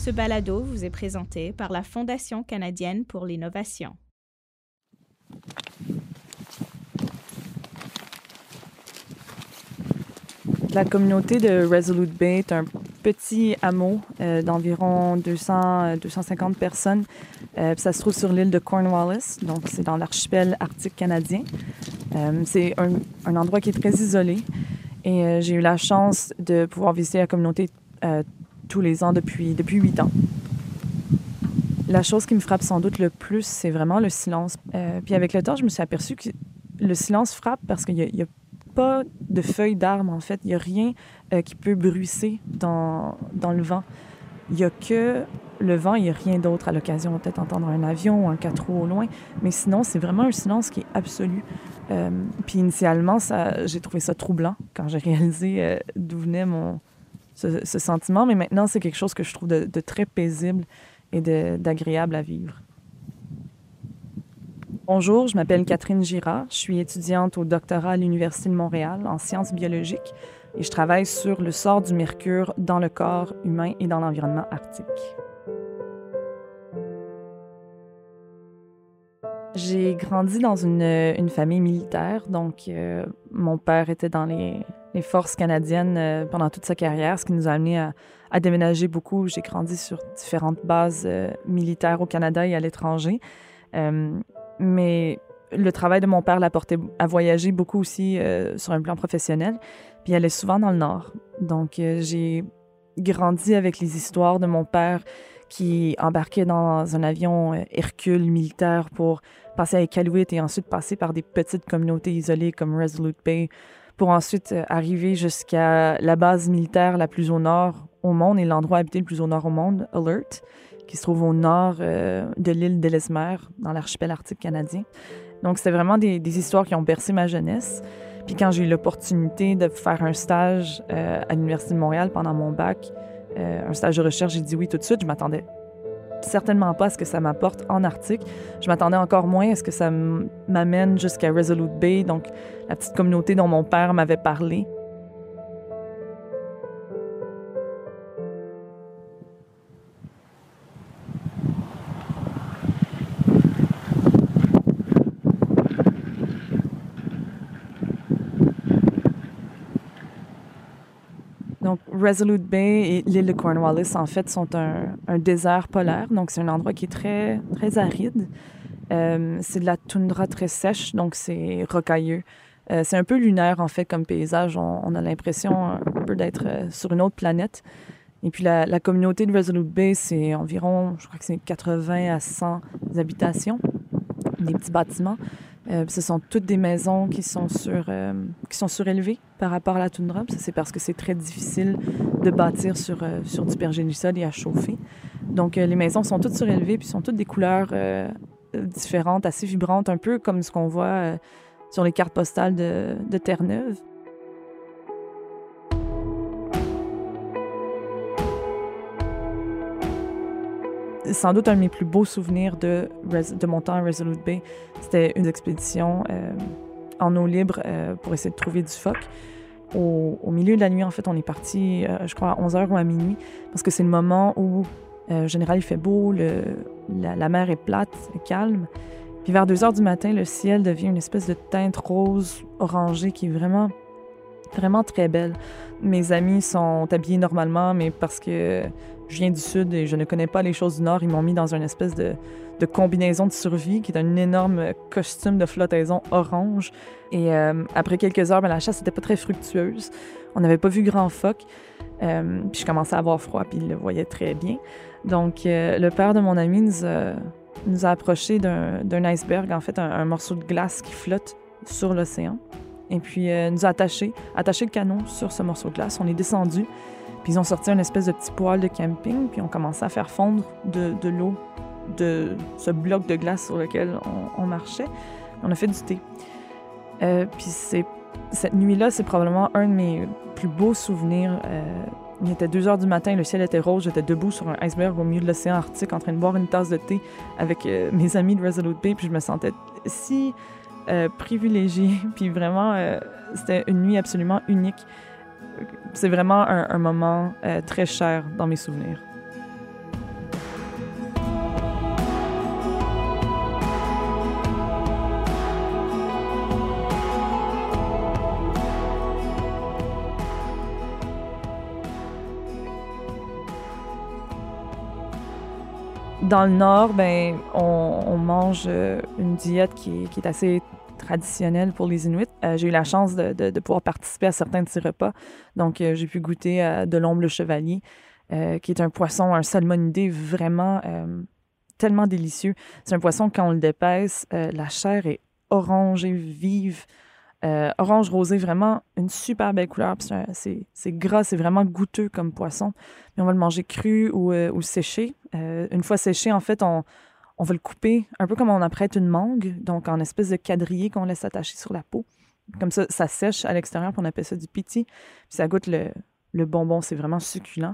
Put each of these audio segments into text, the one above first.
Ce balado vous est présenté par la Fondation canadienne pour l'innovation. La communauté de Resolute Bay est un petit hameau d'environ 250 personnes. Ça se trouve sur l'île de Cornwallis, donc c'est dans l'archipel arctique canadien. C'est un endroit qui est très isolé et j'ai eu la chance de pouvoir visiter la communauté tous les ans depuis 8 ans. La chose qui me frappe sans doute le plus, c'est vraiment le silence. Puis avec le temps, je me suis aperçue que le silence frappe parce qu'il y a pas de feuilles d'arbres, en fait. Il n'y a rien qui peut bruisser dans le vent. Il n'y a que le vent, il n'y a rien d'autre à l'occasion. On va peut-être entendre un avion ou un 4 roues au loin, mais sinon, c'est vraiment un silence qui est absolu. Puis initialement, j'ai trouvé ça troublant quand j'ai réalisé d'où venait ce sentiment, mais maintenant, c'est quelque chose que je trouve de très paisible et d'agréable à vivre. Bonjour, je m'appelle Catherine Girard. Je suis étudiante au doctorat à l'Université de Montréal en sciences biologiques et je travaille sur le sort du mercure dans le corps humain et dans l'environnement arctique. J'ai grandi dans une famille militaire, donc mon père était dans les forces canadiennes pendant toute sa carrière, ce qui nous a amené à déménager beaucoup. J'ai grandi sur différentes bases militaires au Canada et à l'étranger. Mais le travail de mon père l'a porté à voyager beaucoup aussi sur un plan professionnel, puis il allait souvent dans le Nord. Donc, j'ai grandi avec les histoires de mon père qui embarquait dans un avion Hercule militaire pour passer à Iqaluit et ensuite passer par des petites communautés isolées comme Resolute Bay pour ensuite arriver jusqu'à la base militaire la plus au nord au monde et l'endroit habité le plus au nord au monde, Alert, qui se trouve au nord de l'île d'Ellesmer, dans l'archipel arctique canadien. Donc, c'était vraiment des histoires qui ont bercé ma jeunesse. Puis quand j'ai eu l'opportunité de faire un stage à l'Université de Montréal pendant mon bac, un stage de recherche, j'ai dit oui tout de suite. Je m'attendais certainement pas à ce que ça m'apporte en Arctique. Je m'attendais encore moins à ce que ça m'amène jusqu'à Resolute Bay, donc la petite communauté dont mon père m'avait parlé. Donc, Resolute Bay et l'île de Cornwallis, en fait, sont un désert polaire. Donc, c'est un endroit qui est très, très aride. C'est de la toundra très sèche, donc c'est rocailleux. C'est un peu lunaire, en fait, comme paysage. On a l'impression un peu d'être sur une autre planète. Et puis, la communauté de Resolute Bay, c'est environ, je crois que c'est 80 à 100 habitations, des petits bâtiments. Ce sont toutes des maisons qui sont surélevées par rapport à la toundra. Ça, c'est parce que c'est très difficile de bâtir sur du pergélisol et à chauffer. Donc, les maisons sont toutes surélevées puis sont toutes des couleurs différentes, assez vibrantes, un peu comme ce qu'on voit sur les cartes postales de Terre-Neuve. Sans doute un de mes plus beaux souvenirs de mon temps à Resolute Bay, c'était une expédition en eau libre pour essayer de trouver du phoque. Au milieu de la nuit, en fait, on est parti, je crois, à 11h ou à minuit, parce que c'est le moment où, en général, il fait beau, la mer est plate, calme. Puis vers 2h du matin, le ciel devient une espèce de teinte rose orangée qui est vraiment, vraiment très belle. Mes amis sont habillés normalement, mais parce que je viens du Sud et je ne connais pas les choses du Nord, ils m'ont mis dans une espèce de combinaison de survie qui est un énorme costume de flottaison orange. Et après quelques heures, la chasse n'était pas très fructueuse. On n'avait pas vu grand phoque. Puis je commençais à avoir froid, puis il le voyait très bien. Donc, le père de mon ami nous a approchés d'un iceberg, en fait, un morceau de glace qui flotte sur l'océan. Et puis, nous a attaché le canot sur ce morceau de glace. On est descendu. Puis ils ont sorti une espèce de petit poêle de camping, puis on commençait à faire fondre de l'eau de ce bloc de glace sur lequel on marchait. On a fait du thé. Puis cette nuit-là, c'est probablement un de mes plus beaux souvenirs. Il était 2h du matin, le ciel était rose, j'étais debout sur un iceberg au milieu de l'océan Arctique en train de boire une tasse de thé avec mes amis de Resolute Bay, puis je me sentais si privilégiée. Puis vraiment, c'était une nuit absolument unique. C'est vraiment un moment très cher dans mes souvenirs. Dans le Nord, ben, on mange une diète qui est assez traditionnelle pour les Inuits. J'ai eu la chance de pouvoir participer à certains de ces repas. Donc, j'ai pu goûter de l'omble chevalier, qui est un poisson, un salmonidé vraiment tellement délicieux. C'est un poisson, quand on le dépèce, la chair est orangée, vive, orange rosé, vraiment une super belle couleur. Puis c'est gras, c'est vraiment goûteux comme poisson. Mais on va le manger cru ou séché. Une fois séché, en fait, on va le couper un peu comme on apprête une mangue, donc en espèce de quadrillé qu'on laisse attacher sur la peau. Comme ça sèche à l'extérieur, puis on appelle ça du piti. Puis ça goûte le bonbon, c'est vraiment succulent.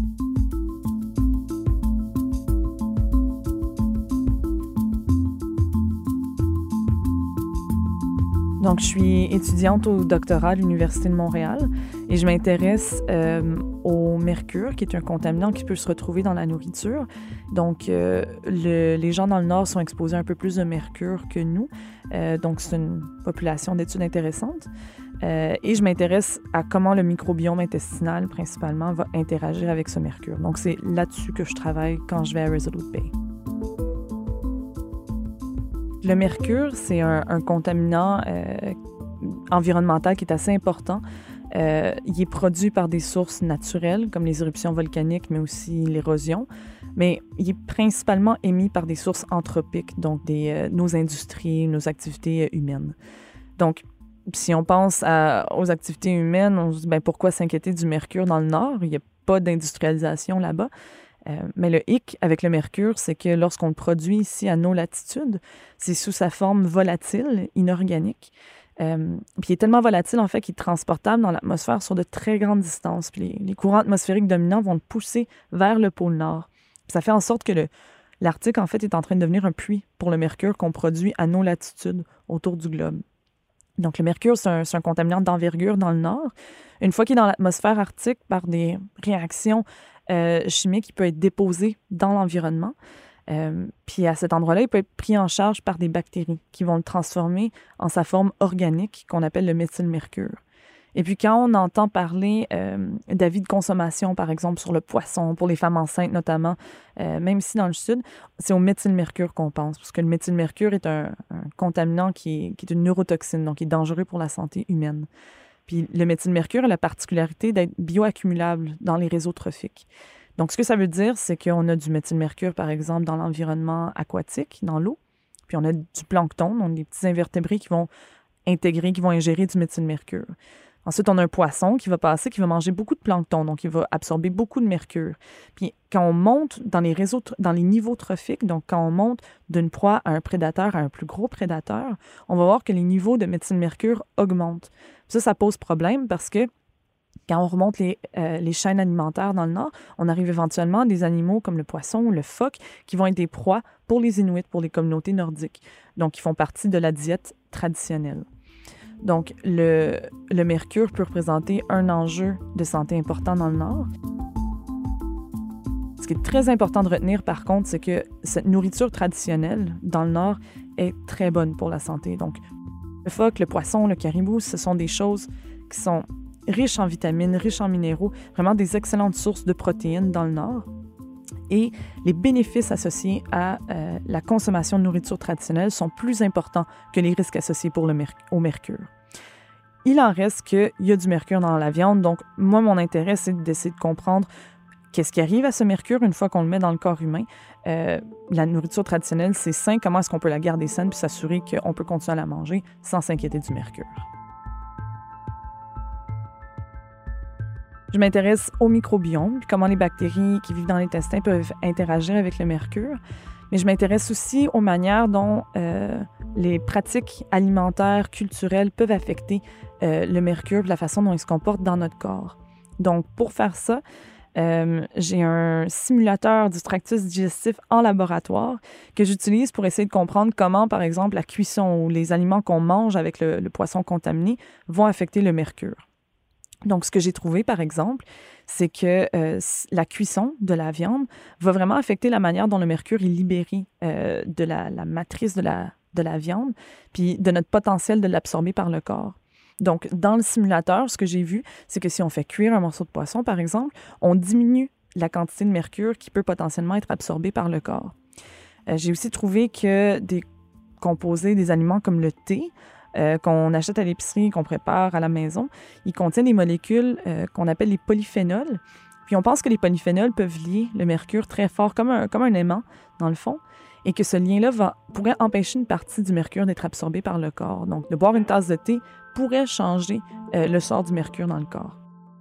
Donc, je suis étudiante au doctorat à l'Université de Montréal et je m'intéresse au mercure, qui est un contaminant qui peut se retrouver dans la nourriture. Donc, les gens dans le Nord sont exposés à un peu plus de mercure que nous. Donc, c'est une population d'études intéressantes. Et je m'intéresse à comment le microbiome intestinal, principalement, va interagir avec ce mercure. Donc, c'est là-dessus que je travaille quand je vais à Resolute Bay. Le mercure, c'est un contaminant environnemental qui est assez important. Il est produit par des sources naturelles, comme les éruptions volcaniques, mais aussi l'érosion. Mais il est principalement émis par des sources anthropiques, donc nos industries, nos activités humaines. Donc, si on pense aux activités humaines, on se dit pourquoi s'inquiéter du mercure dans le Nord? Il n'y a pas d'industrialisation là-bas. Mais le hic avec le mercure, c'est que lorsqu'on le produit ici à nos latitudes, c'est sous sa forme volatile, inorganique. Puis il est tellement volatile, en fait, qu'il est transportable dans l'atmosphère sur de très grandes distances. Puis les courants atmosphériques dominants vont le pousser vers le pôle Nord. Puis ça fait en sorte que l'Arctique, en fait, est en train de devenir un puits pour le mercure qu'on produit à nos latitudes autour du globe. Donc, le mercure, c'est un contaminant d'envergure dans le Nord. Une fois qu'il est dans l'atmosphère arctique, par des réactions chimiques, il peut être déposé dans l'environnement. Puis à cet endroit-là, il peut être pris en charge par des bactéries qui vont le transformer en sa forme organique qu'on appelle le méthylmercure. Et puis quand on entend parler d'avis de consommation, par exemple, sur le poisson, pour les femmes enceintes notamment, même ici dans le sud, c'est au méthylmercure qu'on pense, parce que le méthylmercure est un contaminant qui est une neurotoxine, donc qui est dangereux pour la santé humaine. Puis le méthylmercure a la particularité d'être bioaccumulable dans les réseaux trophiques. Donc, ce que ça veut dire, c'est qu'on a du méthylmercure, par exemple, dans l'environnement aquatique, dans l'eau, puis on a du plancton, donc des petits invertébrés qui vont ingérer du méthylmercure. Ensuite, on a un poisson qui va manger beaucoup de plancton, donc il va absorber beaucoup de mercure. Puis quand on monte dans les niveaux trophiques, donc quand on monte d'une proie à un prédateur, à un plus gros prédateur, on va voir que les niveaux de méthylmercure augmentent. Ça pose problème parce que quand on remonte les chaînes alimentaires dans le Nord, on arrive éventuellement à des animaux comme le poisson ou le phoque qui vont être des proies pour les Inuits, pour les communautés nordiques. Donc, ils font partie de la diète traditionnelle. Donc, le mercure peut représenter un enjeu de santé important dans le Nord. Ce qui est très important de retenir, par contre, c'est que cette nourriture traditionnelle dans le Nord est très bonne pour la santé. Donc, le phoque, le poisson, le caribou, ce sont des choses qui sont riches en vitamines, riches en minéraux, vraiment des excellentes sources de protéines dans le Nord. Et les bénéfices associés à la consommation de nourriture traditionnelle sont plus importants que les risques associés au mercure. Il en reste qu'il y a du mercure dans la viande, donc moi, mon intérêt, c'est d'essayer de comprendre qu'est-ce qui arrive à ce mercure une fois qu'on le met dans le corps humain. La nourriture traditionnelle, c'est sain, comment est-ce qu'on peut la garder saine puis s'assurer qu'on peut continuer à la manger sans s'inquiéter du mercure. Je m'intéresse au microbiome, puis comment les bactéries qui vivent dans l'intestin peuvent interagir avec le mercure. Mais je m'intéresse aussi aux manières dont les pratiques alimentaires, culturelles peuvent affecter le mercure, la façon dont il se comporte dans notre corps. Donc, pour faire ça, j'ai un simulateur du tractus digestif en laboratoire que j'utilise pour essayer de comprendre comment, par exemple, la cuisson ou les aliments qu'on mange avec le poisson contaminé vont affecter le mercure. Donc, ce que j'ai trouvé, par exemple, c'est que la cuisson de la viande va vraiment affecter la manière dont le mercure est libéré de la matrice de la viande, puis de notre potentiel de l'absorber par le corps. Donc, dans le simulateur, ce que j'ai vu, c'est que si on fait cuire un morceau de poisson, par exemple, on diminue la quantité de mercure qui peut potentiellement être absorbée par le corps. J'ai aussi trouvé que des composés, des aliments comme le thé, qu'on achète à l'épicerie, qu'on prépare à la maison, ils contiennent des molécules qu'on appelle les polyphénols. Puis on pense que les polyphénols peuvent lier le mercure très fort, comme un aimant, dans le fond, et que ce lien-là pourrait empêcher une partie du mercure d'être absorbée par le corps. Donc, de boire une tasse de thé pourrait changer le sort du mercure dans le corps.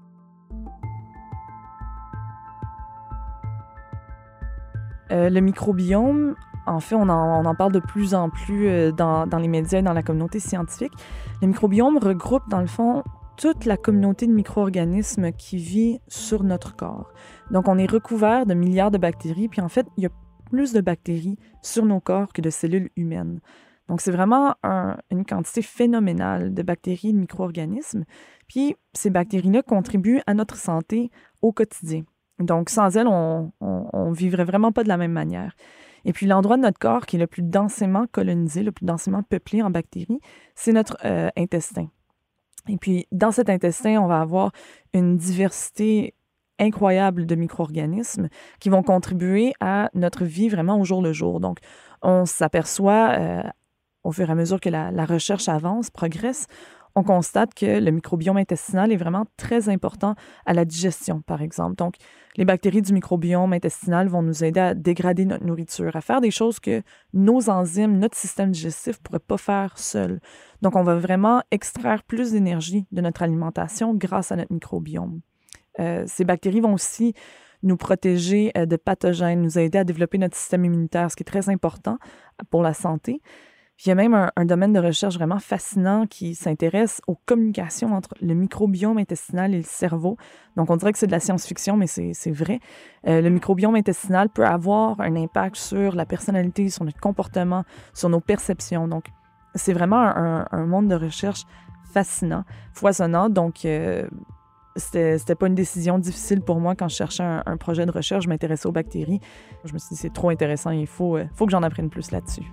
Le microbiome, en fait, on en parle de plus en plus dans les médias et dans la communauté scientifique. Le microbiome regroupe, dans le fond, toute la communauté de micro-organismes qui vit sur notre corps. Donc, on est recouvert de milliards de bactéries, puis en fait, il y a plus de bactéries sur nos corps que de cellules humaines. Donc, c'est vraiment une quantité phénoménale de bactéries et de micro-organismes. Puis, ces bactéries-là contribuent à notre santé au quotidien. Donc, sans elles, on vivrait vraiment pas de la même manière. Et puis, l'endroit de notre corps qui est le plus densément colonisé, le plus densément peuplé en bactéries, c'est notre intestin. Et puis, dans cet intestin, on va avoir une diversité incroyable de micro-organismes qui vont contribuer à notre vie vraiment au jour le jour. Donc, on s'aperçoit, au fur et à mesure que la recherche avance, progresse, on constate que le microbiome intestinal est vraiment très important à la digestion, par exemple. Donc, les bactéries du microbiome intestinal vont nous aider à dégrader notre nourriture, à faire des choses que nos enzymes, notre système digestif ne pourrait pas faire seul. Donc, on va vraiment extraire plus d'énergie de notre alimentation grâce à notre microbiome. Ces bactéries vont aussi nous protéger de pathogènes, nous aider à développer notre système immunitaire, ce qui est très important pour la santé. Puis il y a même un domaine de recherche vraiment fascinant qui s'intéresse aux communications entre le microbiome intestinal et le cerveau. Donc, on dirait que c'est de la science-fiction, mais c'est vrai. Le microbiome intestinal peut avoir un impact sur la personnalité, sur notre comportement, sur nos perceptions. Donc, c'est vraiment un monde de recherche fascinant, foisonnant. Donc, c'était pas une décision difficile pour moi quand je cherchais un projet de recherche. Je m'intéressais aux bactéries. Je me suis dit, c'est trop intéressant, il faut que j'en apprenne plus là-dessus.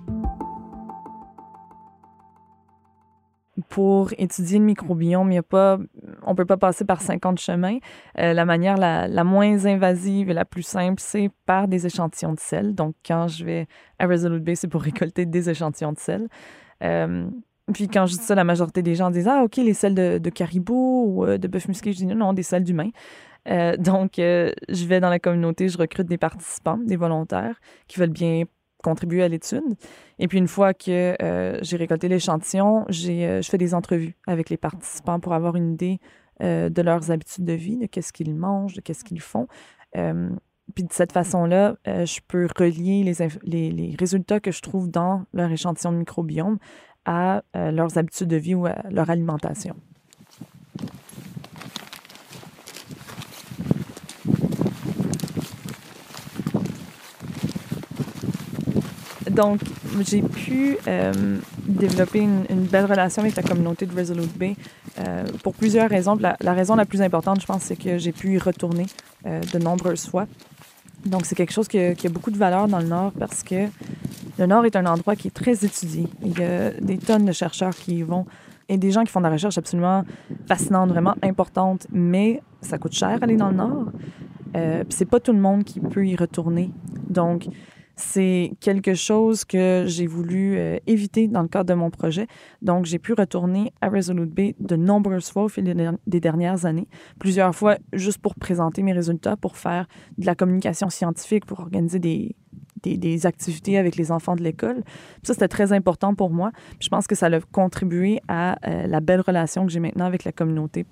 Pour étudier le microbiome, on ne peut pas passer par 50 chemins. La manière la moins invasive et la plus simple, c'est par des échantillons de sel. Donc, quand je vais à Resolute Bay, c'est pour récolter des échantillons de sel. Puis quand je dis ça, la majorité des gens disent « Ah, OK, les selles de caribou ou de bœuf musqué. » Je dis « Non, des selles d'humains. » Donc, je vais dans la communauté, je recrute des participants, des volontaires qui veulent bien contribuer à l'étude. Et puis, une fois que j'ai récolté l'échantillon, je fais des entrevues avec les participants pour avoir une idée de leurs habitudes de vie, de qu'est-ce qu'ils mangent, de qu'est-ce qu'ils font. Puis de cette façon-là, je peux relier les résultats que je trouve dans leur échantillon de microbiome à leurs habitudes de vie ou à leur alimentation. Donc, j'ai pu développer une belle relation avec la communauté de Resolute Bay pour plusieurs raisons. La raison la plus importante, je pense, c'est que j'ai pu y retourner de nombreuses fois. Donc, c'est quelque chose qui a beaucoup de valeur dans le Nord parce que le Nord est un endroit qui est très étudié. Il y a des tonnes de chercheurs qui y vont et des gens qui font de la recherche absolument fascinante, vraiment importante, mais ça coûte cher aller dans le Nord. Puis c'est pas tout le monde qui peut y retourner. Donc, c'est quelque chose que j'ai voulu éviter dans le cadre de mon projet. Donc, j'ai pu retourner à Resolute Bay de nombreuses fois au fil des dernières années, plusieurs fois juste pour présenter mes résultats, pour faire de la communication scientifique, pour organiser des activités avec les enfants de l'école. Puis ça, c'était très important pour moi. Puis je pense que ça a contribué à la belle relation que j'ai maintenant avec la communauté.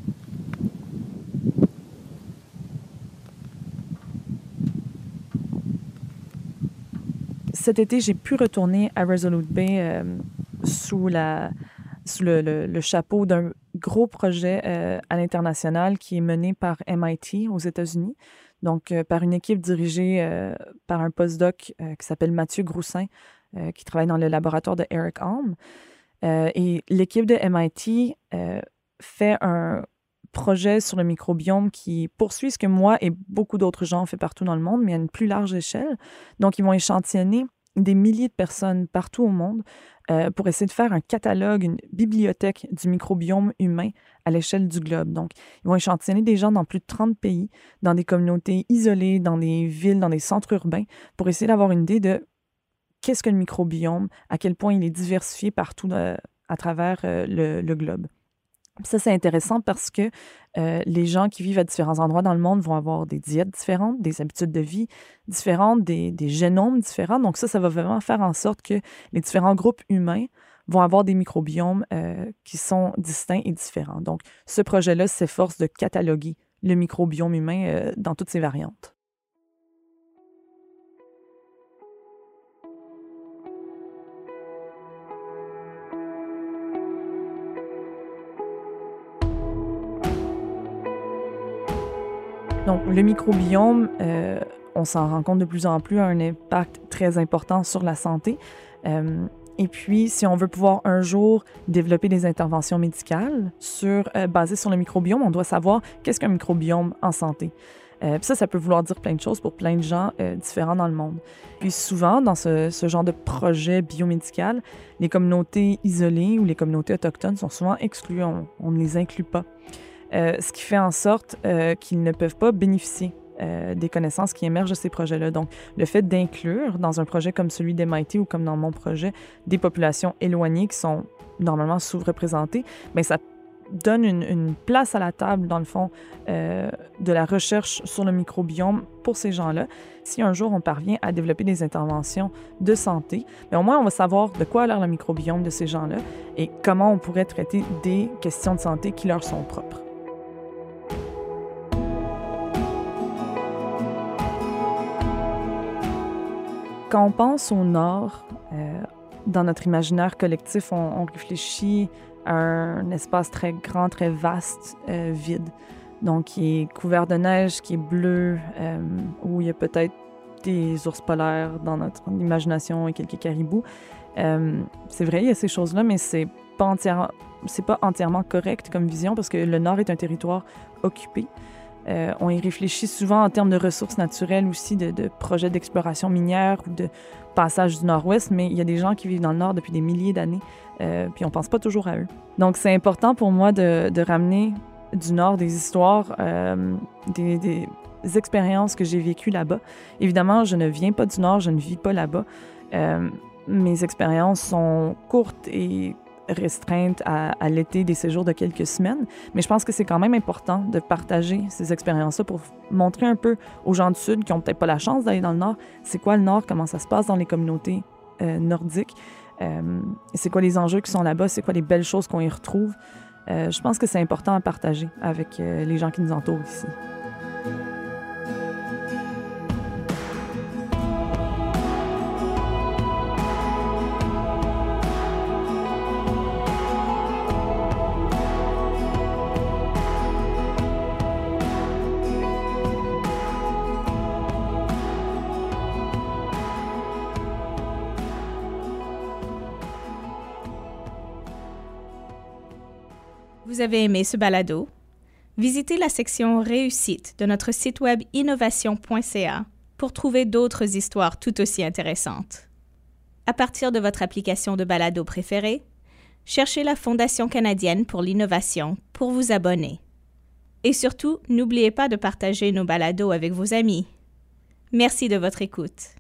Cet été, j'ai pu retourner à Resolute Bay sous le chapeau d'un gros projet à l'international qui est mené par MIT aux États-Unis, donc par une équipe dirigée par un postdoc qui s'appelle Mathieu Groussin, qui travaille dans le laboratoire de Eric Alm. Et l'équipe de MIT fait un projet sur le microbiome qui poursuit ce que moi et beaucoup d'autres gens ont fait partout dans le monde, mais à une plus large échelle. Donc, ils vont échantillonner des milliers de personnes partout au monde pour essayer de faire un catalogue, une bibliothèque du microbiome humain à l'échelle du globe. Donc, ils vont échantillonner des gens dans plus de 30 pays, dans des communautés isolées, dans des villes, dans des centres urbains, pour essayer d'avoir une idée de qu'est-ce que le microbiome, à quel point il est diversifié partout à travers le globe. Ça, c'est intéressant parce que les gens qui vivent à différents endroits dans le monde vont avoir des diètes différentes, des habitudes de vie différentes, des génomes différents. Donc ça va vraiment faire en sorte que les différents groupes humains vont avoir des microbiomes qui sont distincts et différents. Donc, ce projet-là s'efforce de cataloguer le microbiome humain dans toutes ses variantes. Donc, le microbiome, on s'en rend compte de plus en plus, a un impact très important sur la santé. Et puis, si on veut pouvoir un jour développer des interventions médicales basées sur le microbiome, on doit savoir qu'est-ce qu'un microbiome en santé. Puis ça peut vouloir dire plein de choses pour plein de gens différents dans le monde. Puis souvent, dans ce genre de projet biomédical, les communautés isolées ou les communautés autochtones sont souvent exclues. On ne les inclut pas. Ce qui fait en sorte qu'ils ne peuvent pas bénéficier des connaissances qui émergent de ces projets-là. Donc, le fait d'inclure dans un projet comme celui d'MIT ou comme dans mon projet des populations éloignées qui sont normalement sous-représentées, bien, ça donne une place à la table, dans le fond, de la recherche sur le microbiome pour ces gens-là. Si un jour on parvient à développer des interventions de santé, bien, au moins on va savoir de quoi a l'air le microbiome de ces gens-là et comment on pourrait traiter des questions de santé qui leur sont propres. Quand on pense au Nord, dans notre imaginaire collectif, on réfléchit à un espace très grand, très vaste, vide. Donc, qui est couvert de neige, qui est bleu, où il y a peut-être des ours polaires dans notre imagination et quelques caribous. C'est vrai, il y a ces choses-là, mais c'est pas entièrement correct comme vision parce que le Nord est un territoire occupé. On y réfléchit souvent en termes de ressources naturelles aussi, de projets d'exploration minière ou de passage du Nord-Ouest, mais il y a des gens qui vivent dans le Nord depuis des milliers d'années, puis on pense pas toujours à eux. Donc, c'est important pour moi de ramener du Nord des histoires, des expériences que j'ai vécues là-bas. Évidemment, je ne viens pas du Nord, je ne vis pas là-bas. Mes expériences sont courtes et restreinte à l'été, des séjours de quelques semaines. Mais je pense que c'est quand même important de partager ces expériences-là pour montrer un peu aux gens du Sud qui n'ont peut-être pas la chance d'aller dans le Nord, c'est quoi le Nord, comment ça se passe dans les communautés nordiques, c'est quoi les enjeux qui sont là-bas, c'est quoi les belles choses qu'on y retrouve. Je pense que c'est important à partager avec les gens qui nous entourent ici. Vous avez aimé ce balado? Visitez la section Réussite de notre site web innovation.ca pour trouver d'autres histoires tout aussi intéressantes. À partir de votre application de balado préférée, cherchez la Fondation canadienne pour l'innovation pour vous abonner. Et surtout, n'oubliez pas de partager nos balados avec vos amis. Merci de votre écoute.